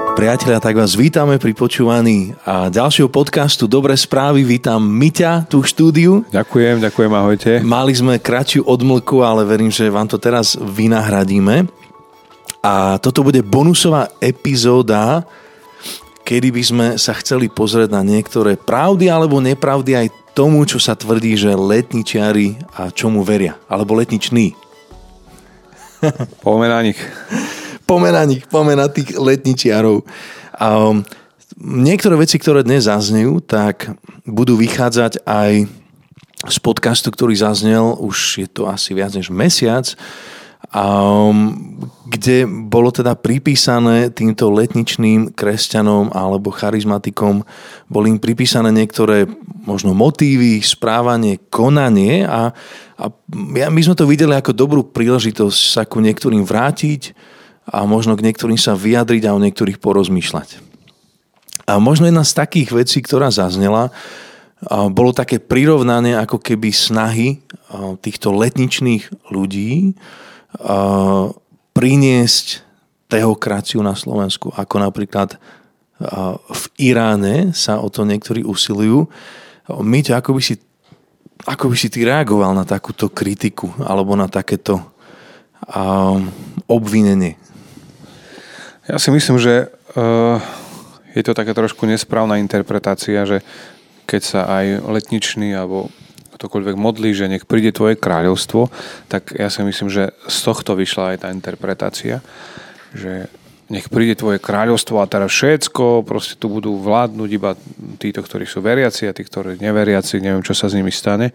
Priatelia, tak vás vítame pri počúvaní a ďalšieho podcastu Dobré správy. Vítam Miťa tu v štúdiu. Ďakujem, ahojte. Mali sme kratšiu odmlku, ale verím, že vám to teraz vynahradíme. A toto bude bonusová epizóda, kedy by sme sa chceli pozrieť na niektoré pravdy alebo nepravdy aj tomu, čo sa tvrdí, že letničiari a čomu veria. Alebo letniční. Pomena tých letničiarov. Niektoré veci, ktoré dnes zaznejú, tak budú vychádzať aj z podcastu, ktorý zaznel, už je to asi viac než mesiac, kde bolo teda pripísané týmto letničným kresťanom alebo charizmatikom, boli im pripísané niektoré možno motívy, správanie, konanie a my sme to videli ako dobrú príležitosť sa ku niektorým vrátiť a možno k niektorým sa vyjadriť a o niektorých porozmýšľať. A možno jedna z takých vecí, ktorá zaznela, bolo také prirovnanie ako keby snahy týchto letničných ľudí priniesť teokraciu na Slovensku, ako napríklad v Iráne sa o to niektorí usilujú. Miťo, ako by si ty reagoval na takúto kritiku alebo na takéto obvinenie? Ja si myslím, že je to taká trošku nesprávna interpretácia, že keď sa aj letničný alebo ktokoľvek modlí, že nech príde tvoje kráľovstvo, tak ja si myslím, že z tohto vyšla aj tá interpretácia, že nech príde tvoje kráľovstvo a teraz všetko, proste tu budú vládnuť iba títo, ktorí sú veriaci a tí, ktorí neveriaci, neviem, čo sa s nimi stane.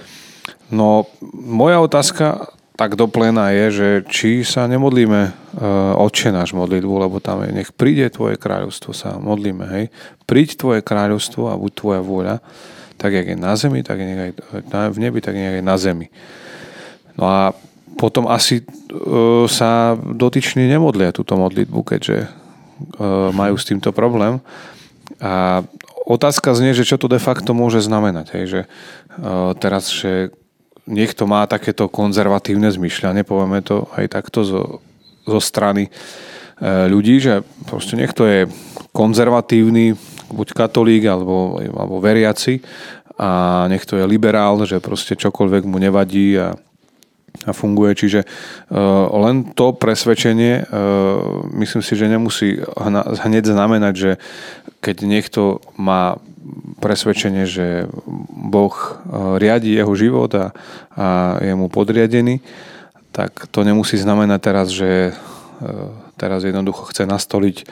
No, moja otázka tak do pléna je, že či sa nemodlíme Otče náš modlitbu, lebo tam je, nech príde tvoje kráľovstvo, sa modlíme, hej. Príď tvoje kráľovstvo a buď tvoja vôľa, tak jak je na zemi, tak je nech aj v nebi, tak je aj na zemi. No a potom asi sa dotyční nemodlia túto modlitbu, keďže majú s týmto problém. A otázka znie, že čo to de facto môže znamenať, hej, že teraz, že niekto má takéto konzervatívne zmýšľanie, povieme to aj takto zo strany ľudí, že proste niekto je konzervatívny, buď katolík alebo veriaci a niekto je liberál, že proste čokoľvek mu nevadí a funguje. Čiže len to presvedčenie myslím si, že nemusí hneď znamenať, že keď niekto má presvedčenie, že Boh riadi jeho život a je mu podriadený, tak to nemusí znamenať teraz, že teraz jednoducho chce nastoliť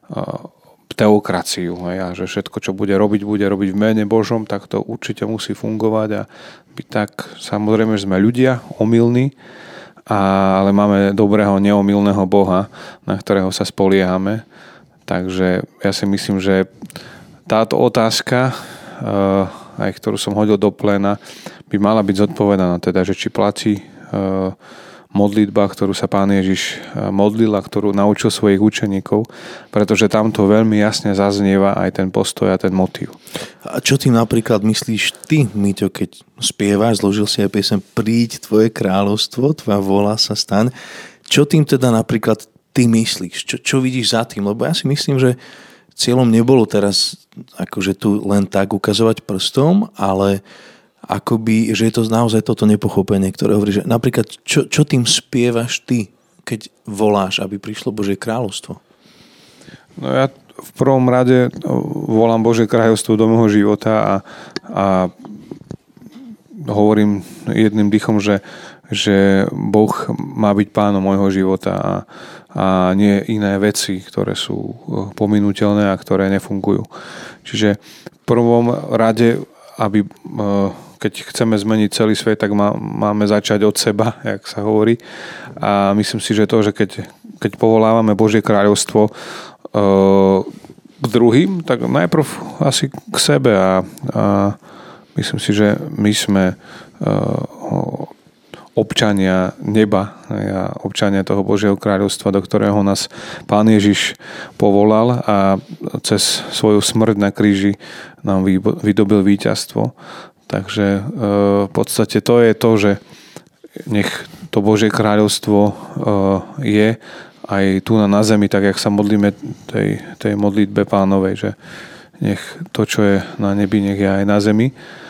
teokraciu, a že všetko, čo bude robiť v mene Božom, tak to určite musí fungovať a byť tak. Samozrejme, že sme ľudia, omylní, ale máme dobrého, neomylného Boha, na ktorého sa spoliehame. Takže ja si myslím, že táto otázka, aj ktorú som hodil do pléna, by mala byť zodpovedaná, teda, že či platí modlitba, ktorú sa Pán Ježiš modlil a ktorú naučil svojich učeníkov, pretože tam to veľmi jasne zaznieva aj ten postoj a ten motív. A čo tým napríklad myslíš ty, Miťo, keď spievaš, zložil si aj piesem Príď tvoje kráľovstvo, tvoja vôľa sa staň. Čo tým teda napríklad ty myslíš? Čo vidíš za tým? Lebo ja si myslím, že cieľom nebolo teraz akože tu len tak ukazovať prstom, ale akoby, že je to naozaj toto nepochopenie, ktoré hovorí, že napríklad čo tým spievaš ty, keď voláš, aby prišlo Božie kráľovstvo? No ja v prvom rade volám Božie kráľovstvo do môjho života a hovorím jedným dýchom, že Boh má byť pánom môjho života a nie iné veci, ktoré sú pominuteľné a ktoré nefungujú. Čiže v prvom rade, keď chceme zmeniť celý svet, tak máme začať od seba, jak sa hovorí. A myslím si, že to, že keď povolávame Božie kráľovstvo k druhým, tak najprv asi k sebe a myslím si, že my sme občania neba a občania toho Božieho kráľovstva, do ktorého nás Pán Ježiš povolal a cez svoju smrť na kríži nám vydobil víťazstvo. Takže v podstate to je to, že nech to Božie kráľovstvo je aj tu na zemi, tak jak sa modlíme tej modlitbe Pánovej, že nech to, čo je na nebi, nech je aj na zemi.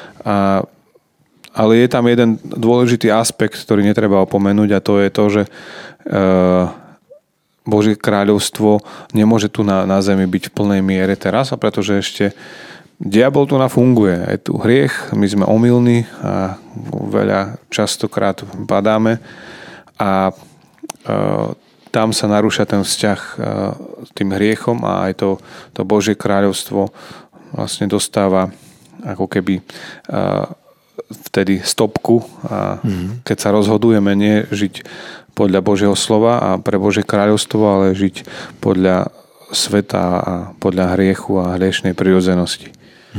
Ale je tam jeden dôležitý aspekt, ktorý netreba opomenúť, a to je to, že Božie kráľovstvo nemôže tu na zemi byť v plnej miere teraz, a pretože ešte diabol tu funguje. Je tu hriech, my sme omylní a veľa častokrát padáme a tam sa narúša ten vzťah s tým hriechom a aj to Božie kráľovstvo vlastne dostáva ako keby vtedy stopku a keď sa rozhodujeme nie žiť podľa Božieho slova a pre Božie kráľovstvo, ale žiť podľa sveta a podľa hriechu a hriešnej prirodzenosti.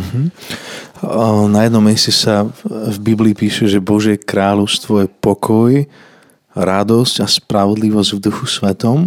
Na jednom mieste sa v Biblii píše, že Božie kráľovstvo je pokoj, radosť a spravodlivosť v Duchu Svetom.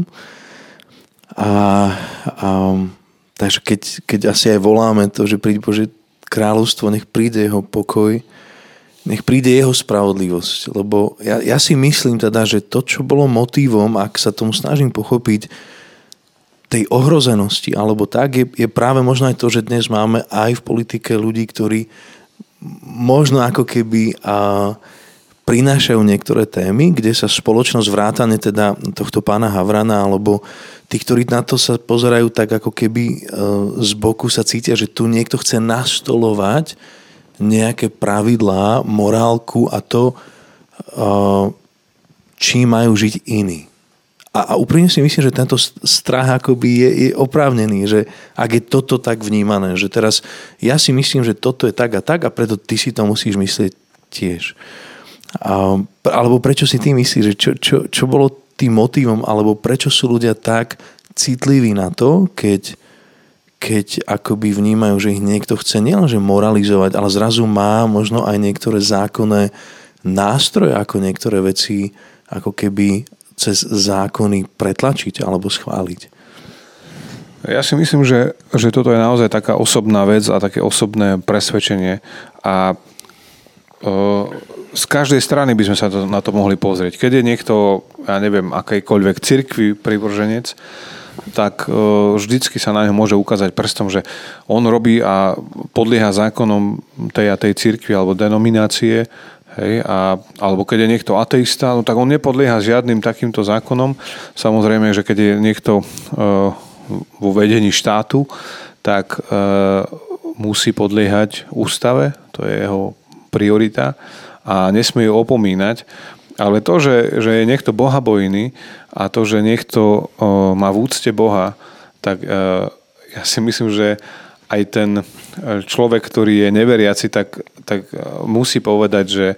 Takže keď asi aj voláme to, že príde Božie kráľovstvo, nech príde jeho pokoj, nech príde jeho spravodlivosť. Lebo ja si myslím teda, že to, čo bolo motívom, ak sa tomu snažím pochopiť, tej ohrozenosti, alebo tak, je práve možno aj to, že dnes máme aj v politike ľudí, ktorí možno ako keby prinášajú niektoré témy, kde sa spoločnosť vrátane teda tohto pána Havrana, alebo tí, ktorí na to sa pozerajú tak ako keby z boku sa cítia, že tu niekto chce nastolovať nejaké pravidlá, morálku a to, čím majú žiť iní. A úprimne si myslím, že tento strach akoby je oprávnený, že ak je toto tak vnímané, že teraz ja si myslím, že toto je tak a preto ty si to musíš myslieť tiež. Alebo prečo si ty myslíš, že čo bolo tým motívom, alebo prečo sú ľudia tak citliví na to, keď akoby vnímajú, že ich niekto chce nielenže moralizovať, ale zrazu má možno aj niektoré zákonné nástroje, ako niektoré veci ako keby cez zákony pretlačiť alebo schváliť. Ja si myslím, že toto je naozaj taká osobná vec a také osobné presvedčenie a z každej strany by sme sa na to mohli pozrieť. Keď je niekto, ja neviem, akejkoľvek cirkvi privrženec, tak vždycky sa na ňo môže ukázať prstom, že on robí a podlieha zákonom tej a tej cirkvi alebo denominácie. Hej, alebo keď je niekto ateista, no tak on nepodlieha žiadnym takýmto zákonom. Samozrejme, že keď je niekto vo vedení štátu, tak musí podliehať ústave, to je jeho priorita a nesmie ju opomínať. Ale to, že je niekto bohabojný a to, že niekto má v úcte Boha, tak ja si myslím, že aj ten človek, ktorý je neveriaci, tak musí povedať,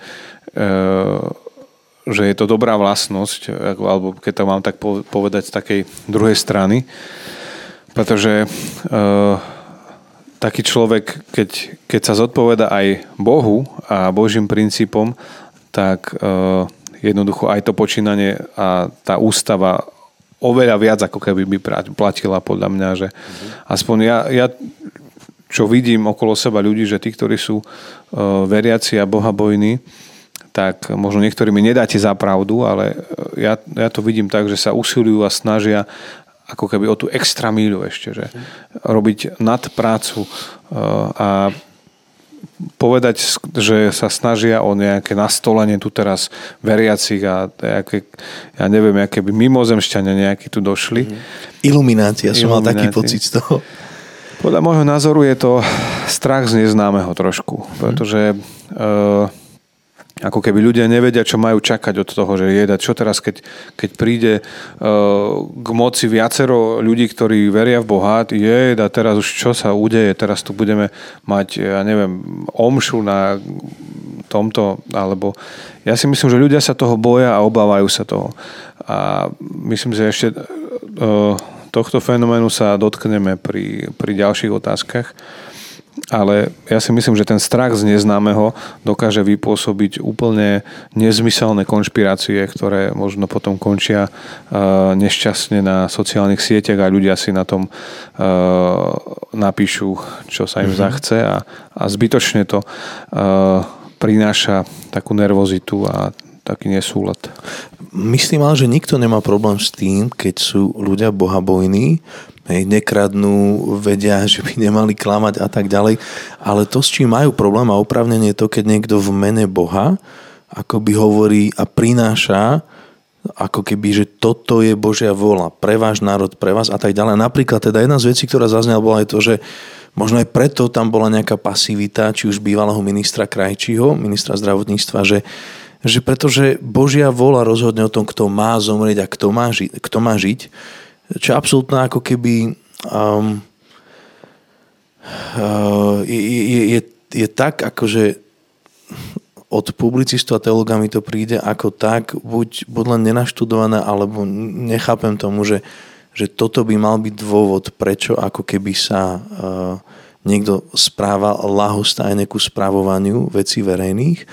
že je to dobrá vlastnosť, alebo keď to mám tak povedať z takej druhej strany, pretože taký človek, keď sa zodpoveda aj Bohu a Božím princípom, tak jednoducho aj to počínanie a tá ústava oveľa viac ako keby by platila podľa mňa, že aspoň ja čo vidím okolo seba ľudí, že tí, ktorí sú veriaci a bohabojní, tak možno niektorí mi nedáte za pravdu, ale ja to vidím tak, že sa usilujú a snažia ako keby o tú extra míľu ešte, že robiť nadprácu a povedať, že sa snažia o nejaké nastolenie tu teraz veriacich a nejaké, ja neviem, aké by mimozemšťania nejakí tu došli. Iluminácia, som mal taký pocit z toho. Podľa môjho názoru je to strach z neznámeho trošku, pretože ako keby ľudia nevedia, čo majú čakať od toho, že čo teraz, keď príde k moci viacero ľudí, ktorí veria v Boha, a teraz už čo sa udeje, teraz tu budeme mať, ja neviem, omšu na tomto, alebo ja si myslím, že ľudia sa toho boja a obávajú sa toho. A myslím, že ešte tohto fenoménu sa dotkneme pri ďalších otázkach. Ale ja si myslím, že ten strach z neznámeho dokáže vypôsobiť úplne nezmyselné konšpirácie, ktoré možno potom končia nešťastne na sociálnych sieťach a ľudia si na tom napíšu, čo sa im zachce a zbytočne to prináša takú nervozitu a taký nesúlad. myslím ale, že nikto nemá problém s tým, keď sú ľudia bohabojní, nekradnú, vedia, že by nemali klamať a tak ďalej. Ale to, s čím majú problém a oprávnenie je to, keď niekto v mene Boha akoby hovorí a prináša ako keby, že toto je Božia vôľa pre váš národ, pre vás a tak ďalej. Napríklad teda jedna z vecí, ktorá zaznela, bola aj to, že možno aj preto tam bola nejaká pasivita, či už bývalého ministra Krajčího, ministra zdravotníctva, že pretože Božia vôľa rozhodne o tom, kto má zomrieť a kto má žiť, čo je absolútne ako keby je tak, akože od publicistov a teológa mi to príde ako tak, buď len nenaštudované, alebo nechápem tomu, že toto by mal byť dôvod, prečo ako keby sa niekto správal ľahostajne ku správovaniu vecí verejných.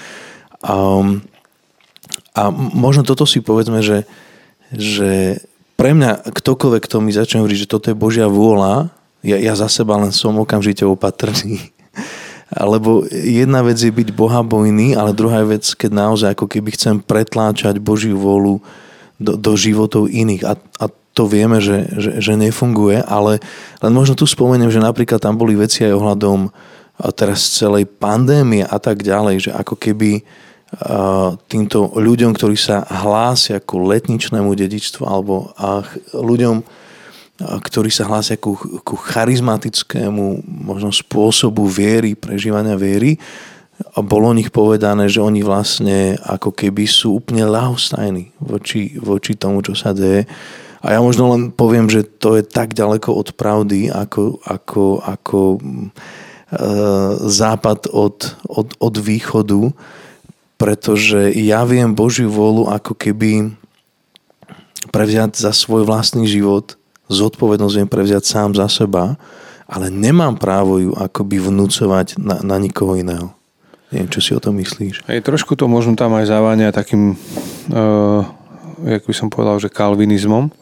A možno toto si povedzme, že pre mňa ktokoľvek, kto mi začne hovoriť, že toto je Božia vôľa, ja za seba len som okamžite opatrný. Lebo jedna vec je byť bohabojný, ale druhá vec, keď naozaj ako keby chcem pretláčať Božiu vôľu do životov iných. A to vieme, že nefunguje, ale len možno tu spomeniem, že napríklad tam boli veci aj ohľadom teraz celej pandémie a tak ďalej, že ako keby týmto ľuďom, ktorí sa hlásia ku letničnému dedičstvu alebo ľuďom, ktorí sa hlásia ku charizmatickému možno spôsobu viery, prežívania viery, a bolo o nich povedané, že oni vlastne ako keby sú úplne ľahostajní voči tomu, čo sa deje. A ja možno len poviem, že to je tak ďaleko od pravdy, ako západ od východu, pretože ja viem Božiu vôľu ako keby prevziať za svoj vlastný život, zodpovednosť viem prevziať sám za seba, ale nemám právo ju akoby vnúcovať na nikoho iného. Neviem, čo si o tom myslíš. Trošku to možno tam aj zaváňa takým, jak by som povedal, že kalvinizmom.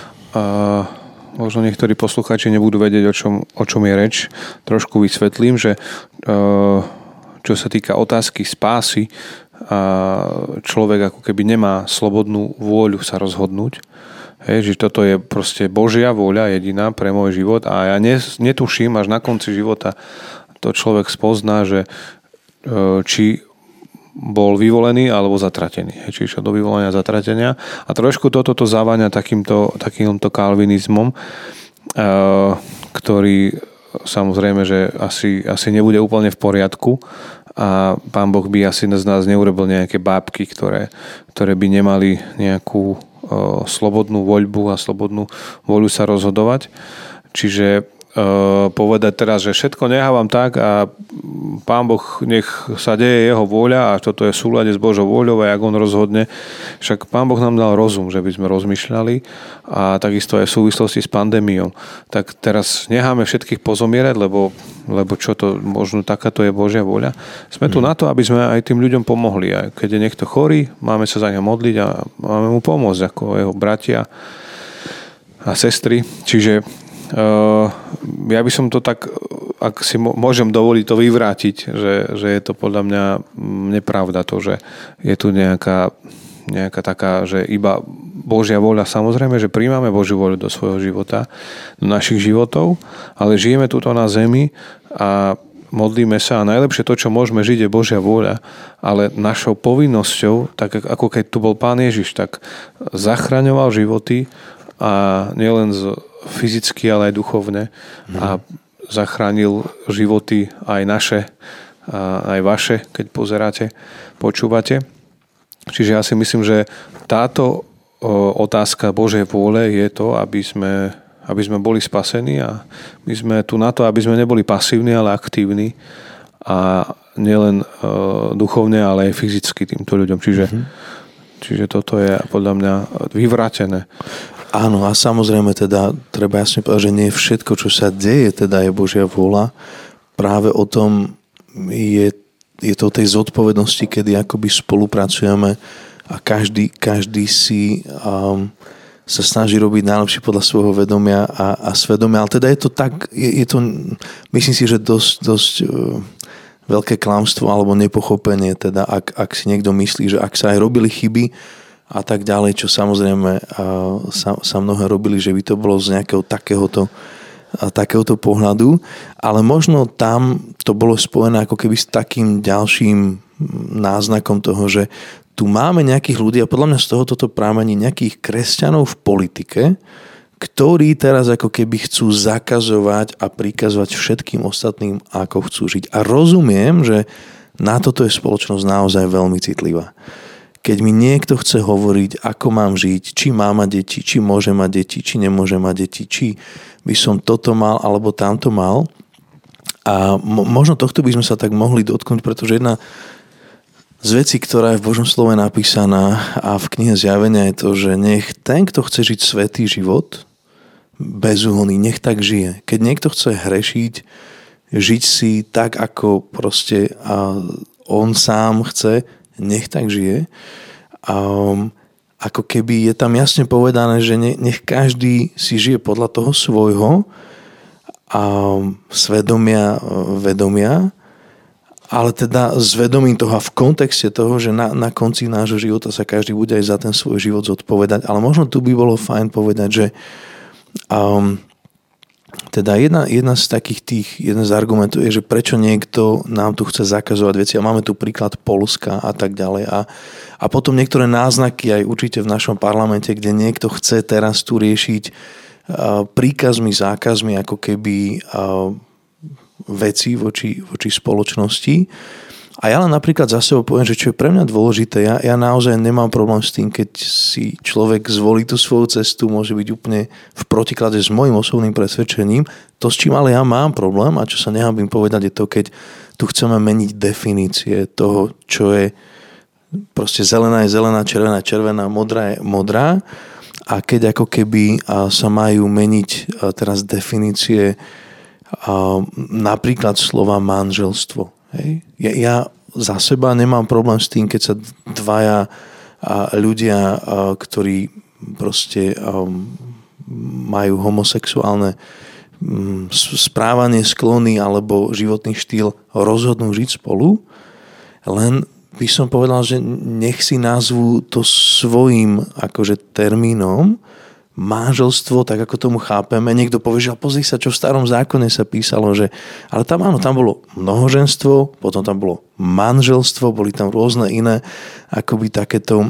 Možno niektorí poslucháči nebudú vedieť, o čom je reč. Trošku vysvetlím, že čo sa týka otázky spásy, človek ako keby nemá slobodnú vôľu sa rozhodnúť. Že toto je proste Božia vôľa jediná pre môj život a ja netuším, až na konci života to človek spozná, že či bol vyvolený alebo zatratený. Či išiel do vyvolenia a zatratenia. A trošku toto zaváňa takýmto kalvinizmom, ktorý samozrejme, že asi nebude úplne v poriadku a Pán Boh by asi z nás neurobil nejaké bábky, ktoré by nemali nejakú slobodnú voľbu a slobodnú voľu sa rozhodovať. Čiže povedať teraz, že všetko nechávam tak a Pán Boh nech sa deje jeho vôľa a toto je v súlade s Božou vôľou a jak on rozhodne. Však Pán Boh nám dal rozum, že by sme rozmýšľali a takisto aj v súvislosti s pandémiou. Tak teraz necháme všetkých pozomierať, lebo čo to, možno takáto je Božia vôľa. Sme tu na to, aby sme aj tým ľuďom pomohli. A keď je niekto chorý, máme sa za ňa modliť a máme mu pomôcť ako jeho bratia a sestry. Čiže ja by som to tak, ak si môžem dovoliť to vyvrátiť, že je to podľa mňa nepravda to, že je tu nejaká taká, že iba Božia vôľa. Samozrejme, že príjmame Božiu vôľu do svojho života, do našich životov, ale žijeme tuto na zemi a modlíme sa a najlepšie to, čo môžeme žiť, je Božia vôľa, ale našou povinnosťou, tak ako keď tu bol Pán Ježiš, tak zachraňoval životy a nielen fyzicky, ale aj duchovne a zachránil životy aj naše, aj vaše, keď pozeráte, počúvate. Čiže ja si myslím, že táto otázka Božej vôle je to, aby sme boli spasení a my sme tu na to, aby sme neboli pasívni, ale aktívni a nielen duchovne, ale aj fyzicky týmto ľuďom. Čiže toto je podľa mňa vyvrátené. Áno, a samozrejme teda treba jasne povedať, že nie všetko, čo sa deje, teda je Božia vôľa. Práve o tom je to o tej zodpovednosti, kedy akoby spolupracujeme a každý si sa snaží robiť najlepšie podľa svojho vedomia a svedomia. Ale teda je to tak, je to, myslím si, že dosť veľké klamstvo alebo nepochopenie, teda ak si niekto myslí, že ak sa aj robili chyby, a tak ďalej, čo samozrejme sa mnohé robili, že by to bolo z nejakého takéhoto pohľadu, ale možno tam to bolo spojené ako keby s takým ďalším náznakom toho, že tu máme nejakých ľudí a podľa mňa z toho toto pramení nejakých kresťanov v politike, ktorí teraz ako keby chcú zakazovať a prikazovať všetkým ostatným, ako chcú žiť. A rozumiem, že na toto je spoločnosť naozaj veľmi citlivá. Keď mi niekto chce hovoriť, ako mám žiť, či mám mať deti, či môžem mať deti, či nemôžem mať deti, či by som toto mal alebo tamto mal. A možno tohto by sme sa tak mohli dotknúť, pretože jedna z vecí, ktorá je v Božom slove napísaná a v knihe Zjavenia je to, že nech ten, kto chce žiť svätý život, bezúhonný, nech tak žije. Keď niekto chce hrešiť, žiť si tak, ako proste on sám chce, nech tak žije. Ako keby je tam jasne povedané, že nech každý si žije podľa toho svojho svedomia, vedomia, ale teda s vedomím toho a v kontexte toho, že na konci nášho života sa každý bude aj za ten svoj život zodpovedať. Ale možno tu by bolo fajn povedať, že teda jeden z argumentov je, že prečo niekto nám tu chce zakazovať veci a máme tu príklad Poľska a tak ďalej a potom niektoré náznaky aj určite v našom parlamente, kde niekto chce teraz tu riešiť príkazmi, zákazmi ako keby veci voči spoločnosti. A ja len napríklad za sebou poviem, že čo je pre mňa dôležité, ja naozaj nemám problém s tým, keď si človek zvolí tú svoju cestu, môže byť úplne v protiklade s môjim osobným presvedčením. To, s čím ale ja mám problém a čo sa nehábim povedať, je to, keď tu chceme meniť definície toho, čo je proste zelená je zelená, červená je červená, modrá je modrá. A keď ako keby sa majú meniť teraz definície napríklad slova manželstvo. Hej? Ja za seba nemám problém s tým, keď sa dvaja ľudia, ktorí proste majú homosexuálne správanie, sklony alebo životný štýl, rozhodnú žiť spolu, len by som povedal, že nech si nazvú to svojím akože termínom, manželstvo, tak ako tomu chápeme. Niekto povie, že pozri sa, čo v starom zákone sa písalo, že ale tam áno, tam bolo mnohoženstvo, potom tam bolo manželstvo, boli tam rôzne iné akoby takéto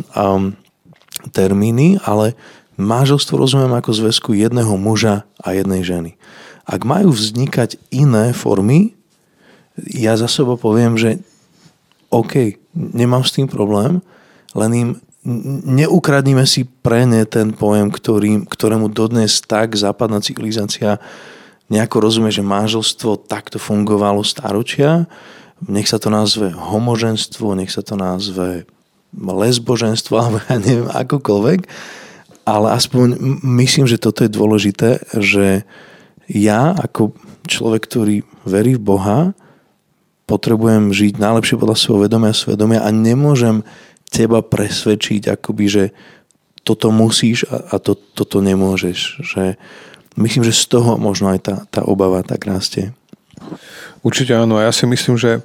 termíny, ale manželstvo rozumiem ako zväzku jedného muža a jednej ženy. Ak majú vznikať iné formy, ja za sebou poviem, že OK, nemám s tým problém, len im neukradnime si pre ne ten pojem, ktorému dodnes tak západná civilizácia nejako rozumie, že manželstvo takto fungovalo stáročia. Nech sa to nazve homoženstvo, nech sa to nazve lesboženstvo, alebo ja neviem, akokoľvek. Ale aspoň myslím, že toto je dôležité, že ja ako človek, ktorý verí v Boha, potrebujem žiť najlepšie podľa svojho vedomia a svedomia a nemôžem teba presvedčiť, akoby, že toto musíš a toto nemôžeš. Že myslím, že z toho možno aj tá obava tak rastie. Určite áno. Ja si myslím, že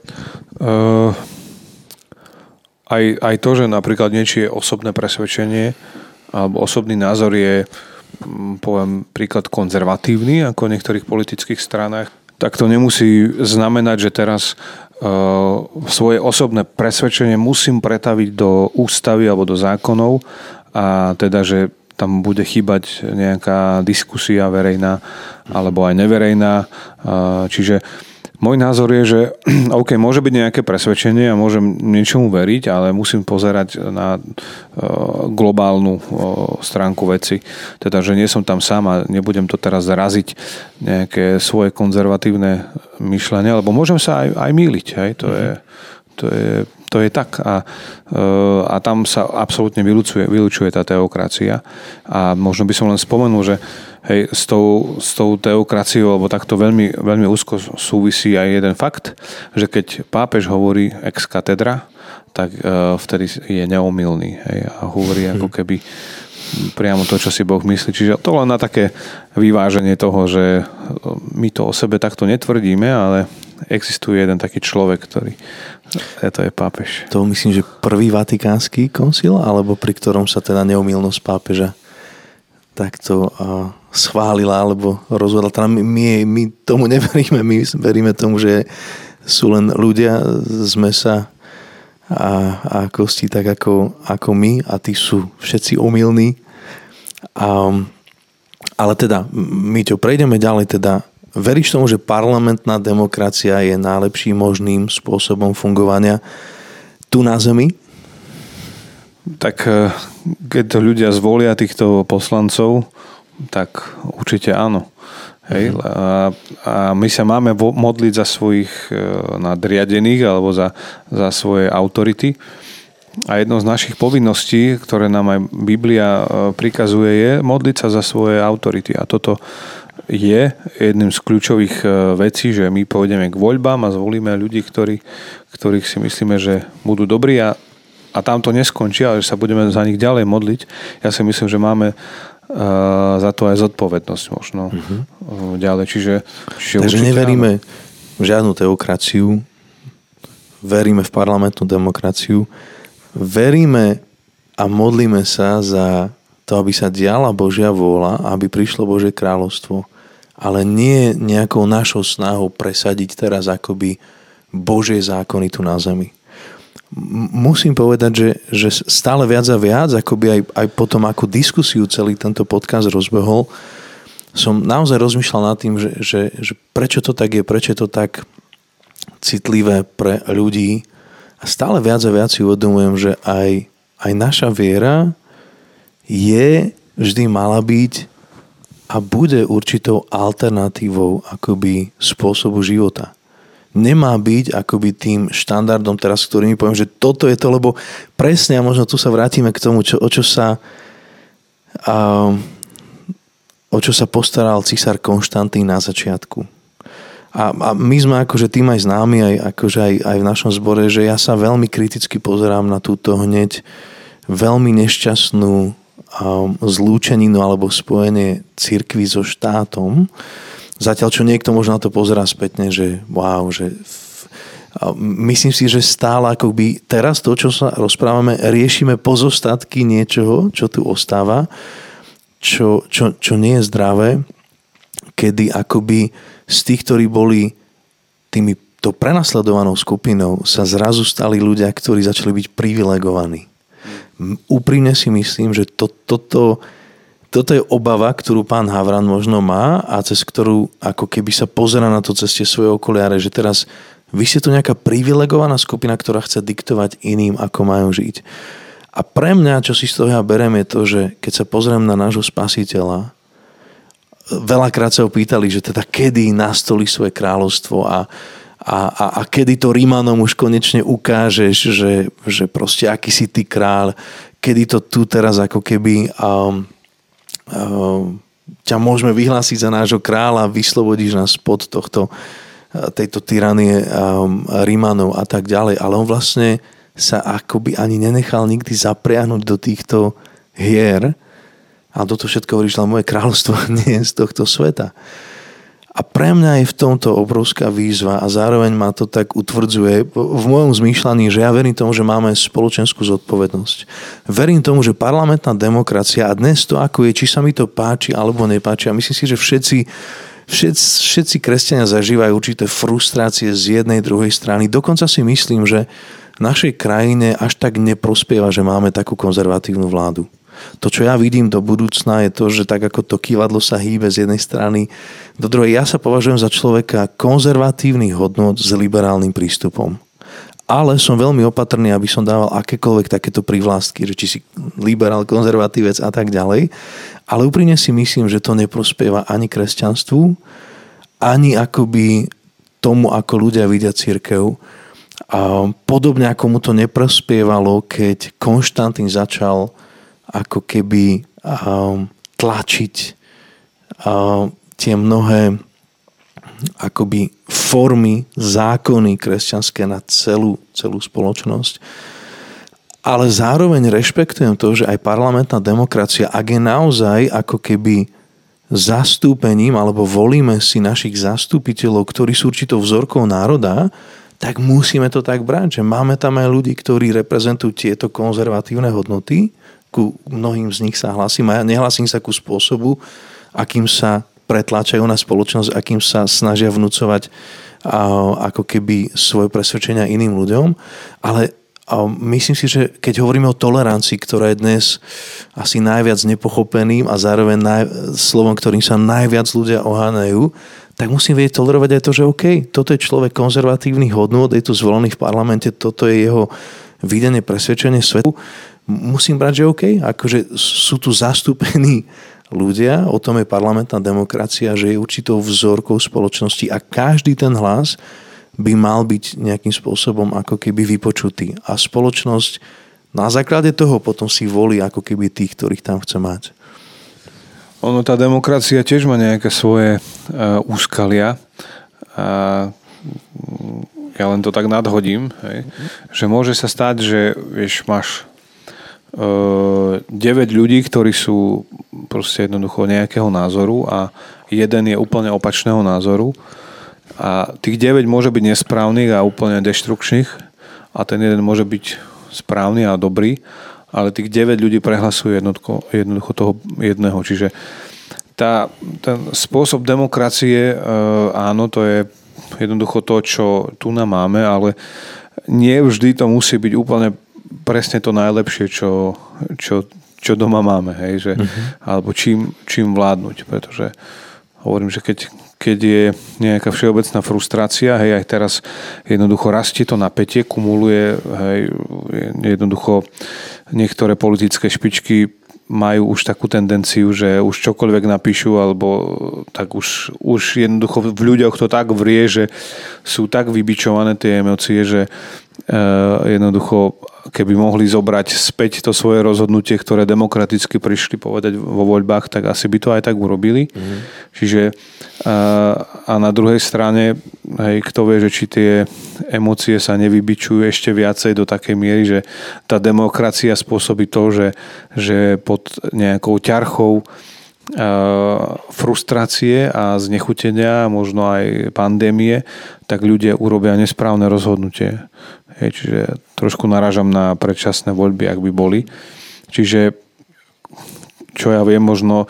aj to, že napríklad niečie osobné presvedčenie alebo osobný názor je, poviem príklad, konzervatívny, ako v niektorých politických stranách, tak to nemusí znamenať, že teraz svoje osobné presvedčenie musím pretaviť do ústavy alebo do zákonov a teda, že tam bude chýbať nejaká diskusia verejná alebo aj neverejná. Čiže môj názor je, že OK, môže byť nejaké presvedčenie a môžem niečomu veriť, ale musím pozerať na globálnu stránku veci. Teda, že nie som tam sám a nebudem to teraz zaraziť nejaké svoje konzervatívne myšlenie, lebo môžem sa aj mýliť. Hej? To je tak a tam sa absolútne vylučuje tá teokracia a možno by som len spomenul, že hej, s tou teokraciou, alebo takto veľmi, veľmi úzko súvisí aj jeden fakt, že keď pápež hovorí ex cathedra, tak vtedy je neomylný, hej, a hovorí ako keby priamo to, čo si Boh myslí. Čiže to len na také vyváženie toho, že my to o sebe takto netvrdíme, ale existuje jeden taký človek, ktorý to je pápež. To myslím, že prvý vatikánsky koncil, alebo pri ktorom sa teda neomylnosť pápeža takto schválila, alebo rozhodla. Teda my tomu neveríme, my veríme tomu, že sú len ľudia z mesa a kosti tak ako my a tí sú všetci omylní. Ale teda, my čo prejdeme ďalej, teda veríš tomu, že parlamentná demokracia je najlepším možným spôsobom fungovania tu na Zemi? Tak keď to ľudia zvolia týchto poslancov, tak určite áno. Hej? A my sa máme modliť za svojich nadriadených alebo za svoje autority. A jednou z našich povinností, ktoré nám aj Biblia prikazuje, je modliť sa za svoje autority. A toto je jedným z kľúčových vecí, že my pôjdeme k voľbám a zvolíme ľudí, ktorých si myslíme, že budú dobrí a tam to neskončí, ale že sa budeme za nich ďalej modliť. Ja si myslím, že máme za to aj zodpovednosť možno ďalej. Takže neveríme v žiadnu teokraciu, veríme v parlamentnú demokraciu, veríme a modlíme sa za to, aby sa diala Božia vôľa, aby prišlo Božie kráľovstvo, ale nie nejakou našou snahou presadiť teraz akoby Božie zákony tu na zemi. Musím povedať, že stále viac a viac, akoby aj potom, ako diskusiu celý tento podcast rozbehol, som naozaj rozmýšľal nad tým, že prečo to tak je, prečo je to tak citlivé pre ľudí. A stále viac a viac si uvedomujem, že aj naša viera je vždy mala byť a bude určitou alternatívou akoby spôsobu života. Nemá byť akoby tým štandardom teraz, ktorým poviem, že toto je to, lebo presne, a možno tu sa vrátime k tomu, o čo sa postaral císar Konštantín na začiatku. A my sme akože tým aj známi, aj v našom zbore, že ja sa veľmi kriticky pozerám na túto hneď veľmi nešťastnú zlúčeninu alebo spojenie cirkvi so štátom. Zatiaľ, čo niekto možno na to pozerá spätne, že wow, že myslím si, že stále akoby teraz to, čo sa rozprávame, riešime pozostatky niečoho, čo tu ostáva, čo nie je zdravé, kedy akoby z tých, ktorí boli týmito prenasledovanou skupinou, sa zrazu stali ľudia, ktorí začali byť privilegovaní. Úprimne si myslím, že toto je obava, ktorú pán Havran možno má a cez ktorú ako keby sa pozerá na to cez tie svoje okuliare, že teraz vy ste tu nejaká privilegovaná skupina, ktorá chce diktovať iným, ako majú žiť. A pre mňa, čo si z toho ja beriem, je to, že keď sa pozriem na nášho spasiteľa, veľakrát sa ho pýtali, že teda kedy nastolí svoje kráľovstvo a kedy to Rímanom už konečne ukážeš, že proste aký si ty kráľ, kedy to tu teraz ako keby ťa môžeme vyhlásiť za nášho kráľa, vyslobodíš nás spod tejto tyranie Rímanov a tak ďalej. Ale on vlastne sa akoby ani nenechal nikdy zapriahnuť do týchto hier a do toho všetko hovoríš, že moje kráľovstvo nie je z tohto sveta. A pre mňa je v tomto obrovská výzva a zároveň ma to tak utvrdzuje v mojom zmýšľaní, že ja verím tomu, že máme spoločenskú zodpovednosť. Verím tomu, že parlamentná demokracia a dnes to ako je, či sa mi to páči alebo nepáči, a myslím si, že všetci kresťania zažívajú určité frustrácie z jednej, druhej strany. Dokonca si myslím, že našej krajine až tak neprospieva, že máme takú konzervatívnu vládu. To, čo ja vidím do budúcna, je to, že tak ako to kývadlo sa hýbe z jednej strany do druhej. Ja sa považujem za človeka konzervatívnych hodnôt s liberálnym prístupom. Ale som veľmi opatrný, aby som dával akékoľvek takéto privlastky, že či si liberál, konzervatívec a tak ďalej. Ale úprimne si myslím, že to neprospieva ani kresťanstvu, ani akoby tomu, ako ľudia vidia cirkev. A podobne ako mu to neprospievalo, keď Konštantín začal ako keby tlačiť tie mnohé akoby formy, zákony kresťanské na celú spoločnosť. Ale zároveň rešpektujem to, že aj parlamentná demokracia, ak je naozaj ako keby zastúpením alebo volíme si našich zastupiteľov, ktorí sú určitou vzorkou národa, tak musíme to tak brať, že máme tam aj ľudí, ktorí reprezentujú tieto konzervatívne hodnoty, ku mnohým z nich sa hlasím a ja nehlasím sa ku spôsobu, akým sa pretláčajú na spoločnosť, akým sa snažia vnúcovať ako keby svoje presvedčenia iným ľuďom, ale myslím si, že keď hovoríme o tolerancii, ktorá je dnes asi najviac nepochopeným a zároveň slovom, ktorým sa najviac ľudia oháňajú, tak musím vedieť tolerovať aj to, že OK, toto je človek konzervatívnych hodnôt, je tu zvolený v parlamente, toto je jeho videnie, presvedčenie svetu. Musím brať, že OK, akože sú tu zastúpení ľudia, o tom je parlamentná demokracia, že je určitou vzorkou spoločnosti a každý ten hlas by mal byť nejakým spôsobom ako keby vypočutý. A spoločnosť na základe toho potom si volí ako keby tých, ktorých tam chce mať. Ono, tá demokracia tiež má nejaké svoje úskalia. A ja len to tak nadhodím, hej, že môže sa stať, že vieš, máš 9 ľudí, ktorí sú proste jednoducho nejakého názoru a jeden je úplne opačného názoru a tých 9 môže byť nesprávnych a úplne deštrukčných a ten jeden môže byť správny a dobrý, ale tých 9 ľudí prehlasuje jednoducho toho jedného. Čiže ten spôsob demokracie, áno, to je jednoducho to, čo tu máme, ale nie vždy to musí byť úplne presne to najlepšie, čo doma máme, hej, že, alebo čím vládnuť, pretože hovorím, že keď je nejaká všeobecná frustrácia, hej, aj teraz jednoducho rastie to napätie, kumuluje, hej, jednoducho niektoré politické špičky majú už takú tendenciu, že už čokoľvek napíšu, alebo tak už jednoducho v ľuďoch to tak vrie, že sú tak vybičované tie emócie, že jednoducho keby mohli zobrať späť to svoje rozhodnutie, ktoré demokraticky prišli povedať vo voľbách, tak asi by to aj tak urobili. Čiže a na druhej strane, hej, kto vie, že či tie emócie sa nevybičujú ešte viacej do takej miery, že tá demokracia spôsobí to, že pod nejakou ťarchou frustrácie a znechutenia, možno aj pandémie, tak ľudia urobia nesprávne rozhodnutie. Hej, čiže trošku narážam na predčasné voľby, ak by boli. Čiže čo ja viem, možno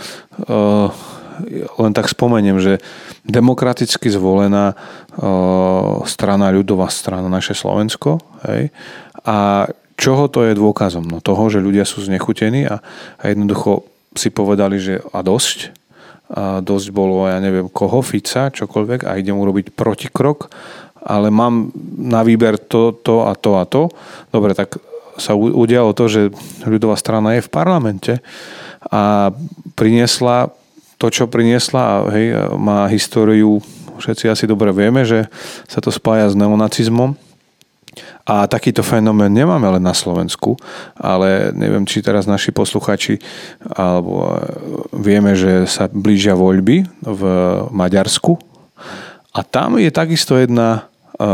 len tak spomeniem, že demokraticky zvolená strana, ľudová strana, naše Slovensko, hej, a čoho to je dôkazom? No toho, že ľudia sú znechutení a jednoducho si povedali, že a dosť. A dosť bolo, ja neviem koho, Fica, čokoľvek a idem urobiť protikrok, ale mám na výber to a to a to. Dobre, tak sa udialo to, že ľudová strana je v parlamente a priniesla to, čo priniesla a hej, má históriu, všetci asi dobre vieme, že sa to spája s neonacizmom. A takýto fenomén nemáme len na Slovensku, ale neviem, či teraz naši posluchači alebo vieme, že sa blížia voľby v Maďarsku a tam je takisto jedna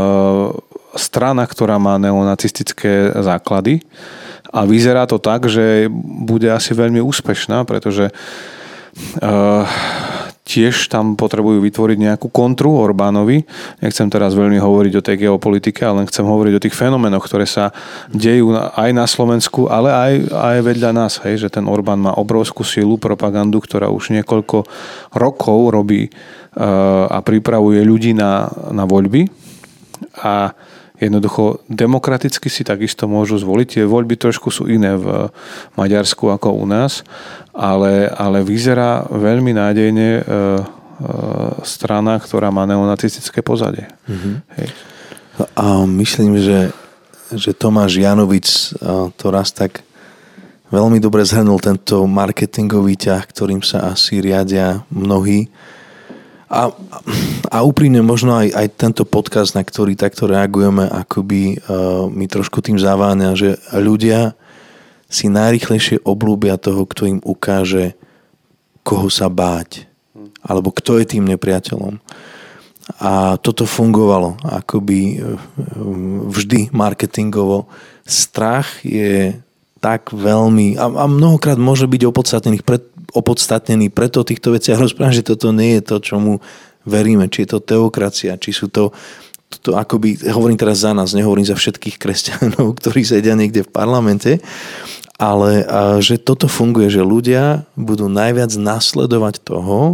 strana, ktorá má neonacistické základy a vyzerá to tak, že bude asi veľmi úspešná, pretože tiež tam potrebujú vytvoriť nejakú kontru Orbánovi. Nechcem teraz veľmi hovoriť o tej geopolitike, ale len chcem hovoriť o tých fenoménoch, ktoré sa dejú aj na Slovensku, ale aj vedľa nás. Hej, že ten Orbán má obrovskú silu, propagandu, ktorá už niekoľko rokov robí a pripravuje ľudí na voľby. A jednoducho demokraticky si takisto môžu zvoliť. Tie voľby trošku sú iné v Maďarsku ako u nás, ale vyzerá veľmi nádejne strana, ktorá má neonacistické pozadie. Hej. A myslím, že Tomáš Janovic to raz tak veľmi dobre zhrnul tento marketingový ťah, ktorým sa asi riadia mnohí. A úprimne možno aj tento podcast, na ktorý takto reagujeme, akoby mi trošku tým zaváňa, že ľudia si najrýchlejšie obľúbia toho, kto im ukáže, koho sa báť. Alebo kto je tým nepriateľom. A toto fungovalo akoby vždy marketingovo. Strach je tak veľmi a mnohokrát môže byť opodstatnený preto o týchto veciach rozprávam, že toto nie je to, čomu veríme, či je to teokracia, či sú to akoby, hovorím teraz za nás, nehovorím za všetkých kresťanov, ktorí sedia niekde v parlamente, ale že toto funguje, že ľudia budú najviac nasledovať toho,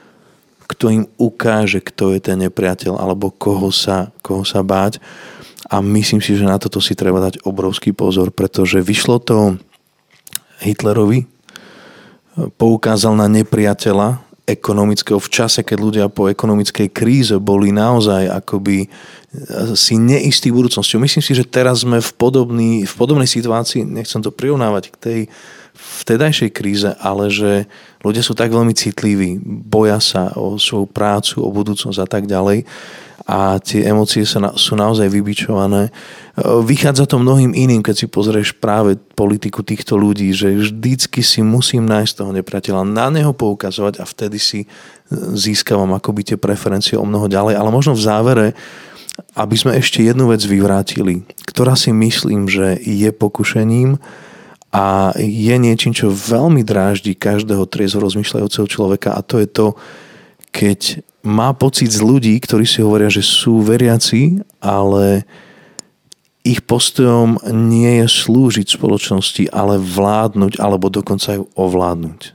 kto im ukáže, kto je ten nepriateľ alebo koho sa báť. A myslím si, že na toto si treba dať obrovský pozor, pretože vyšlo to Hitlerovi, poukázal na nepriateľa ekonomického v čase, keď ľudia po ekonomickej kríze boli naozaj akoby si neistí budúcnosťou. Myslím si, že teraz sme v podobnej situácii, nechcem to prirovnávať k tej vtedajšej kríze, ale že ľudia sú tak veľmi citliví, boja sa o svoju prácu, o budúcnosť a tak ďalej a tie emócie sú naozaj vybičované. Vychádza to mnohým iným, keď si pozrieš práve politiku týchto ľudí, že vždycky si musím nájsť toho nepriateľa, na neho poukazovať a vtedy si získavam akoby tie preferencie o mnoho ďalej. Ale možno v závere, aby sme ešte jednu vec vyvrátili, ktorá si myslím, že je pokušením a je niečím, čo veľmi dráždi každého triezvo rozmýšľajúceho človeka a to je to, keď má pocit z ľudí, ktorí si hovoria, že sú veriaci, ale ich postojom nie je slúžiť spoločnosti, ale vládnuť, alebo dokonca ju ovládnuť.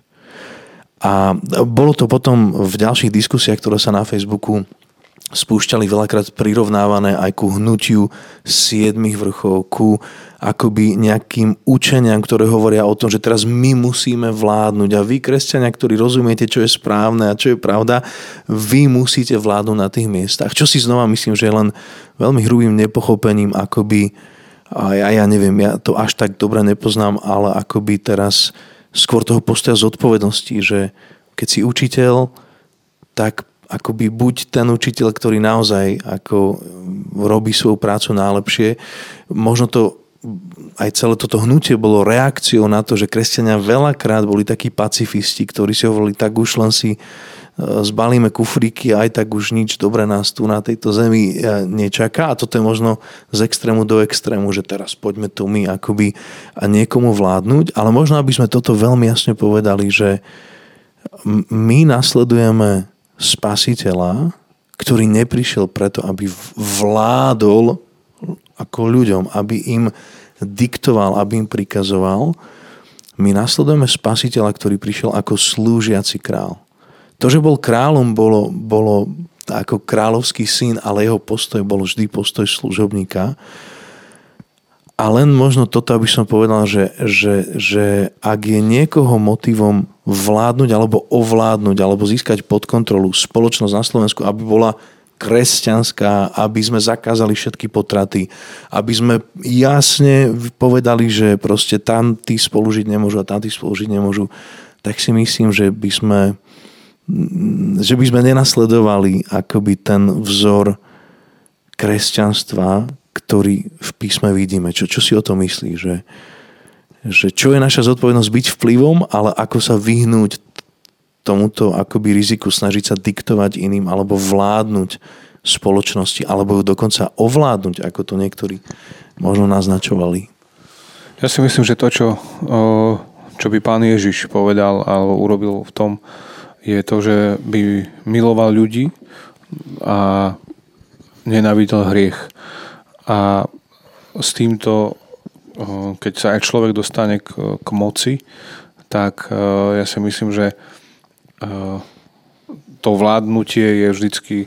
A bolo to potom v ďalších diskusiách, ktoré sa na Facebooku spúšťali, veľakrát prirovnávané aj ku hnutiu 7 vrchov, ku akoby nejakým učeniam, ktoré hovoria o tom, že teraz my musíme vládnuť a vy, kresťania, ktorí rozumiete, čo je správne a čo je pravda, vy musíte vládnuť na tých miestach. Čo si znova myslím, že je len veľmi hrubým nepochopením, akoby, a ja neviem, ja to až tak dobre nepoznám, ale akoby teraz skôr toho postoja zodpovednosti, že keď si učiteľ, tak akoby buď ten učiteľ, ktorý naozaj ako robí svoju prácu najlepšie. Možno to aj celé toto hnutie bolo reakciou na to, že kresťania veľakrát boli takí pacifisti, ktorí si hovorili, tak už len si zbalíme kufríky a aj tak už nič dobré nás tu na tejto zemi nečaká. A toto je možno z extrému do extrému, že teraz poďme tu my akoby niekomu vládnuť. Ale možno, aby sme toto veľmi jasne povedali, že my nasledujeme Spasiteľa, ktorý neprišiel preto, aby vládol ako ľuďom, aby im diktoval, aby im prikazoval. My nasledujeme Spasiteľa, ktorý prišiel ako slúžiaci král. To, že bol kráľom, bolo ako kráľovský syn, ale jeho postoj bol vždy postoj služobníka. A len možno toto, aby som povedal, že ak je niekoho motivom vládnuť alebo ovládnuť alebo získať pod kontrolu spoločnosť na Slovensku, aby bola kresťanská, aby sme zakázali všetky potraty, aby sme jasne povedali, že proste tam tí spolužiť nemôžu a tam tí spolužiť nemôžu, tak si myslím, že by sme nenasledovali akoby ten vzor kresťanstva, ktorý v písme vidíme. Čo si o tom myslíš? Že čo je naša zodpovednosť byť vplyvom, ale ako sa vyhnúť tomuto akoby riziku, snažiť sa diktovať iným alebo vládnuť spoločnosti, alebo ju dokonca ovládnuť, ako to niektorí možno naznačovali. Ja si myslím, že to, čo by Pán Ježiš povedal alebo urobil v tom, je to, že by miloval ľudí a nenávidel hriech. A s týmto, keď sa aj človek dostane k moci, tak ja si myslím, že to vládnutie je vždycky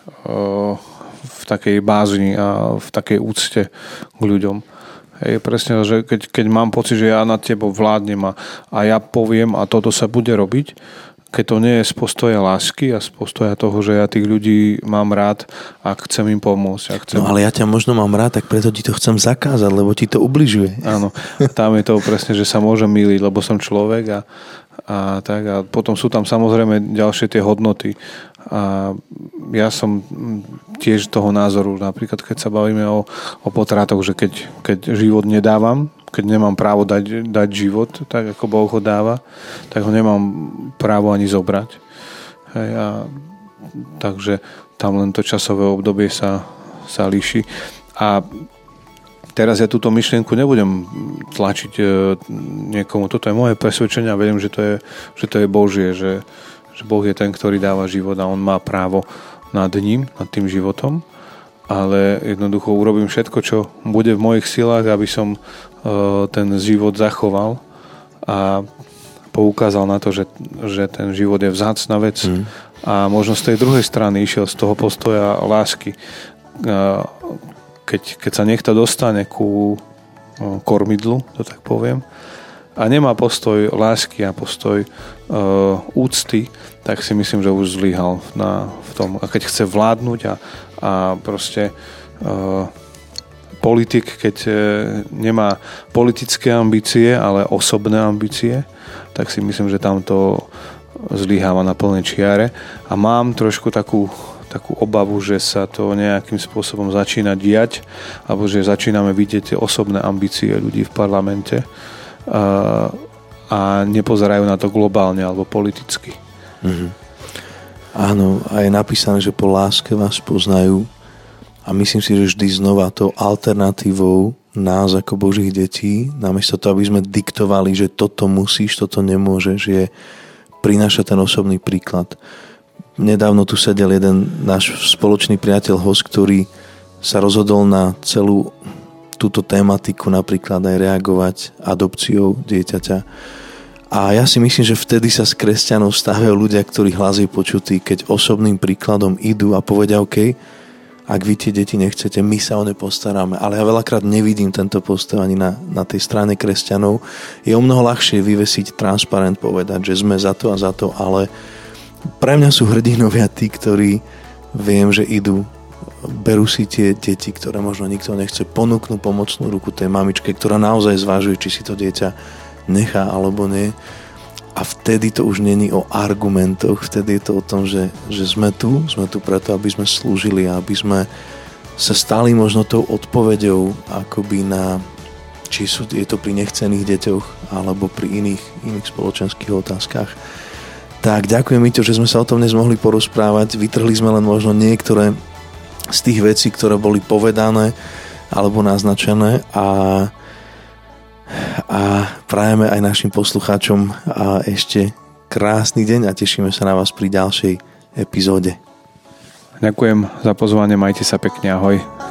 v takej bázni a v takej úcte k ľuďom. Je presne, že keď mám pocit, že ja nad tebou vládnem a ja poviem a toto sa bude robiť, keď to nie je z postoja lásky a z postoja toho, že ja tých ľudí mám rád a chcem im pomôcť. No ale ja ťa možno mám rád, tak preto ti to chcem zakázať, lebo ti to ubližuje. Áno, tam je to presne, že sa môžem mýliť, lebo som človek a tak. A potom sú tam samozrejme ďalšie tie hodnoty. A ja som tiež toho názoru, napríklad keď sa bavíme o potratoch, že keď život nedávam, keď nemám právo dať život, tak ako Boh ho dáva, tak ho nemám právo ani zobrať. Hej, takže tam len to časové obdobie sa líši. A teraz ja túto myšlienku nebudem tlačiť niekomu. Toto je moje presvedčenie a verím, že to je Božie, že Boh je ten, ktorý dáva život a on má právo nad tým životom. Ale jednoducho urobím všetko, čo bude v mojich silách, aby som ten život zachoval a poukázal na to, že ten život je vzácna vec. A možno z tej druhej strany išiel z toho postoja lásky. Keď sa niekto dostane ku kormidlu, to tak poviem, a nemá postoj lásky a postoj úcty, tak si myslím, že už zlyhal v tom. A keď chce vládnuť a proste politik, keď nemá politické ambície, ale osobné ambície, tak si myslím, že tam to zlyháva na plnej čiare. A mám trošku takú obavu, že sa to nejakým spôsobom začína diať, alebo že začíname vidieť tie osobné ambície ľudí v parlamente a nepozerajú na to globálne alebo politicky. Áno, a je napísané, že po láske vás poznajú. A myslím si, že vždy znova tou alternatívou nás ako Božích detí, namiesto toho, aby sme diktovali, že toto musíš, toto nemôžeš, je prinášať ten osobný príklad. Nedávno tu sedel jeden náš spoločný priateľ, host, ktorý sa rozhodol na celú túto tematiku napríklad aj reagovať adopciou dieťaťa. A ja si myslím, že vtedy sa z kresťanov stávajú ľudia, ktorí hlas je počutí, keď osobným príkladom idú a povedia OK, ak vy tie deti nechcete, my sa o ne postaráme. Ale ja veľakrát nevidím tento postoj ani na tej strane kresťanov. Je o mnoho ľahšie vyvesiť transparent, povedať, že sme za to a za to, ale pre mňa sú hrdinovia tí, ktorí viem, že idú, berú si tie deti, ktoré možno nikto nechce, ponúknú pomocnú ruku tej mamičke, ktorá naozaj zvážuje, či si to dieťa nechá alebo nie. A vtedy to už není o argumentoch, vtedy je to o tom, že sme tu preto, aby sme slúžili a aby sme sa stali možno tou odpoveďou akoby na, či je to pri nechcených deťoch alebo pri iných spoločenských otázkach. Tak ďakujem, Miťo, že sme sa o tom dnes mohli porozprávať. Vytrhli sme len možno niektoré z tých vecí, ktoré boli povedané alebo naznačené a prajeme aj našim poslucháčom a ešte krásny deň a tešíme sa na vás pri ďalšej epizóde. Ďakujem za pozvanie, majte sa pekne, ahoj.